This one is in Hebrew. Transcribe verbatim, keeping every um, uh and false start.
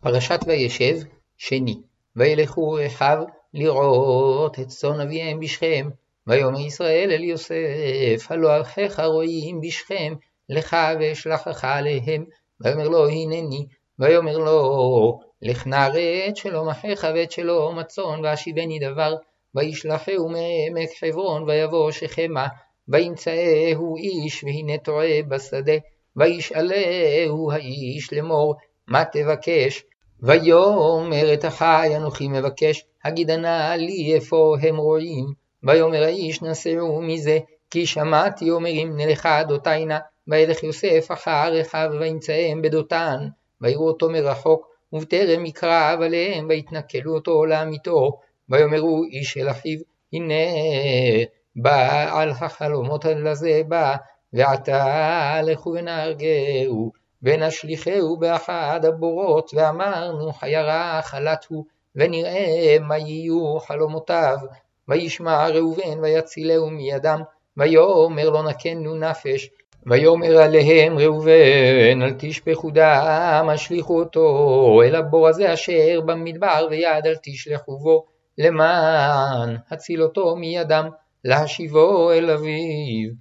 פרשת וישב, שני. וילכו אחיו לראות את צאן אביהם בשכם, ויאמר ישראל אל יוסף, הלא אחיך רועים בשכם, לך ואשלחך עליהם. ויאמר לו הנני, ויאמר לו, לך נא ראה את שלום אחיך ואת שלום הצאן, והשיבני דבר. וישלחהו מעמק חברון, ויבוא שכמה, וימצאהו איש, והנה טועה בשדה. וישאלהו האיש לאמור, מה תבקש? ויאמר את אחי אנוכי מבקש, הגידה נא לי איפה הם רועים. ויאמר האיש, נסעו מזה, כי שמעתי אומרים נלכה דותיינה. וילך יוסף אחר אחיו, וימצאם בדותן, ויראו אותו מרחוק, ובטרם יקרב עליהם, ויתנכלו אותו לעמיתו. ויאמרו איש אל אחיו, הנה בא על החלומות לזה בא, ועתה לכו ונהרגהו, ונשליחהו באחד הבורות, ואמרנו חיירה חלת הוא, ונראה מה יהיו חלומותיו. וישמע ראובן ויצילהו מידם, ויאמר לא נקנו נפש. ויאמר עליהם ראובן, אל תשפכו דם, השליכו אותו אל הבור הזה אשר במדבר, ויד אל תשלחו בו, למען הציל אותו מידם, להשיבו אל אביו.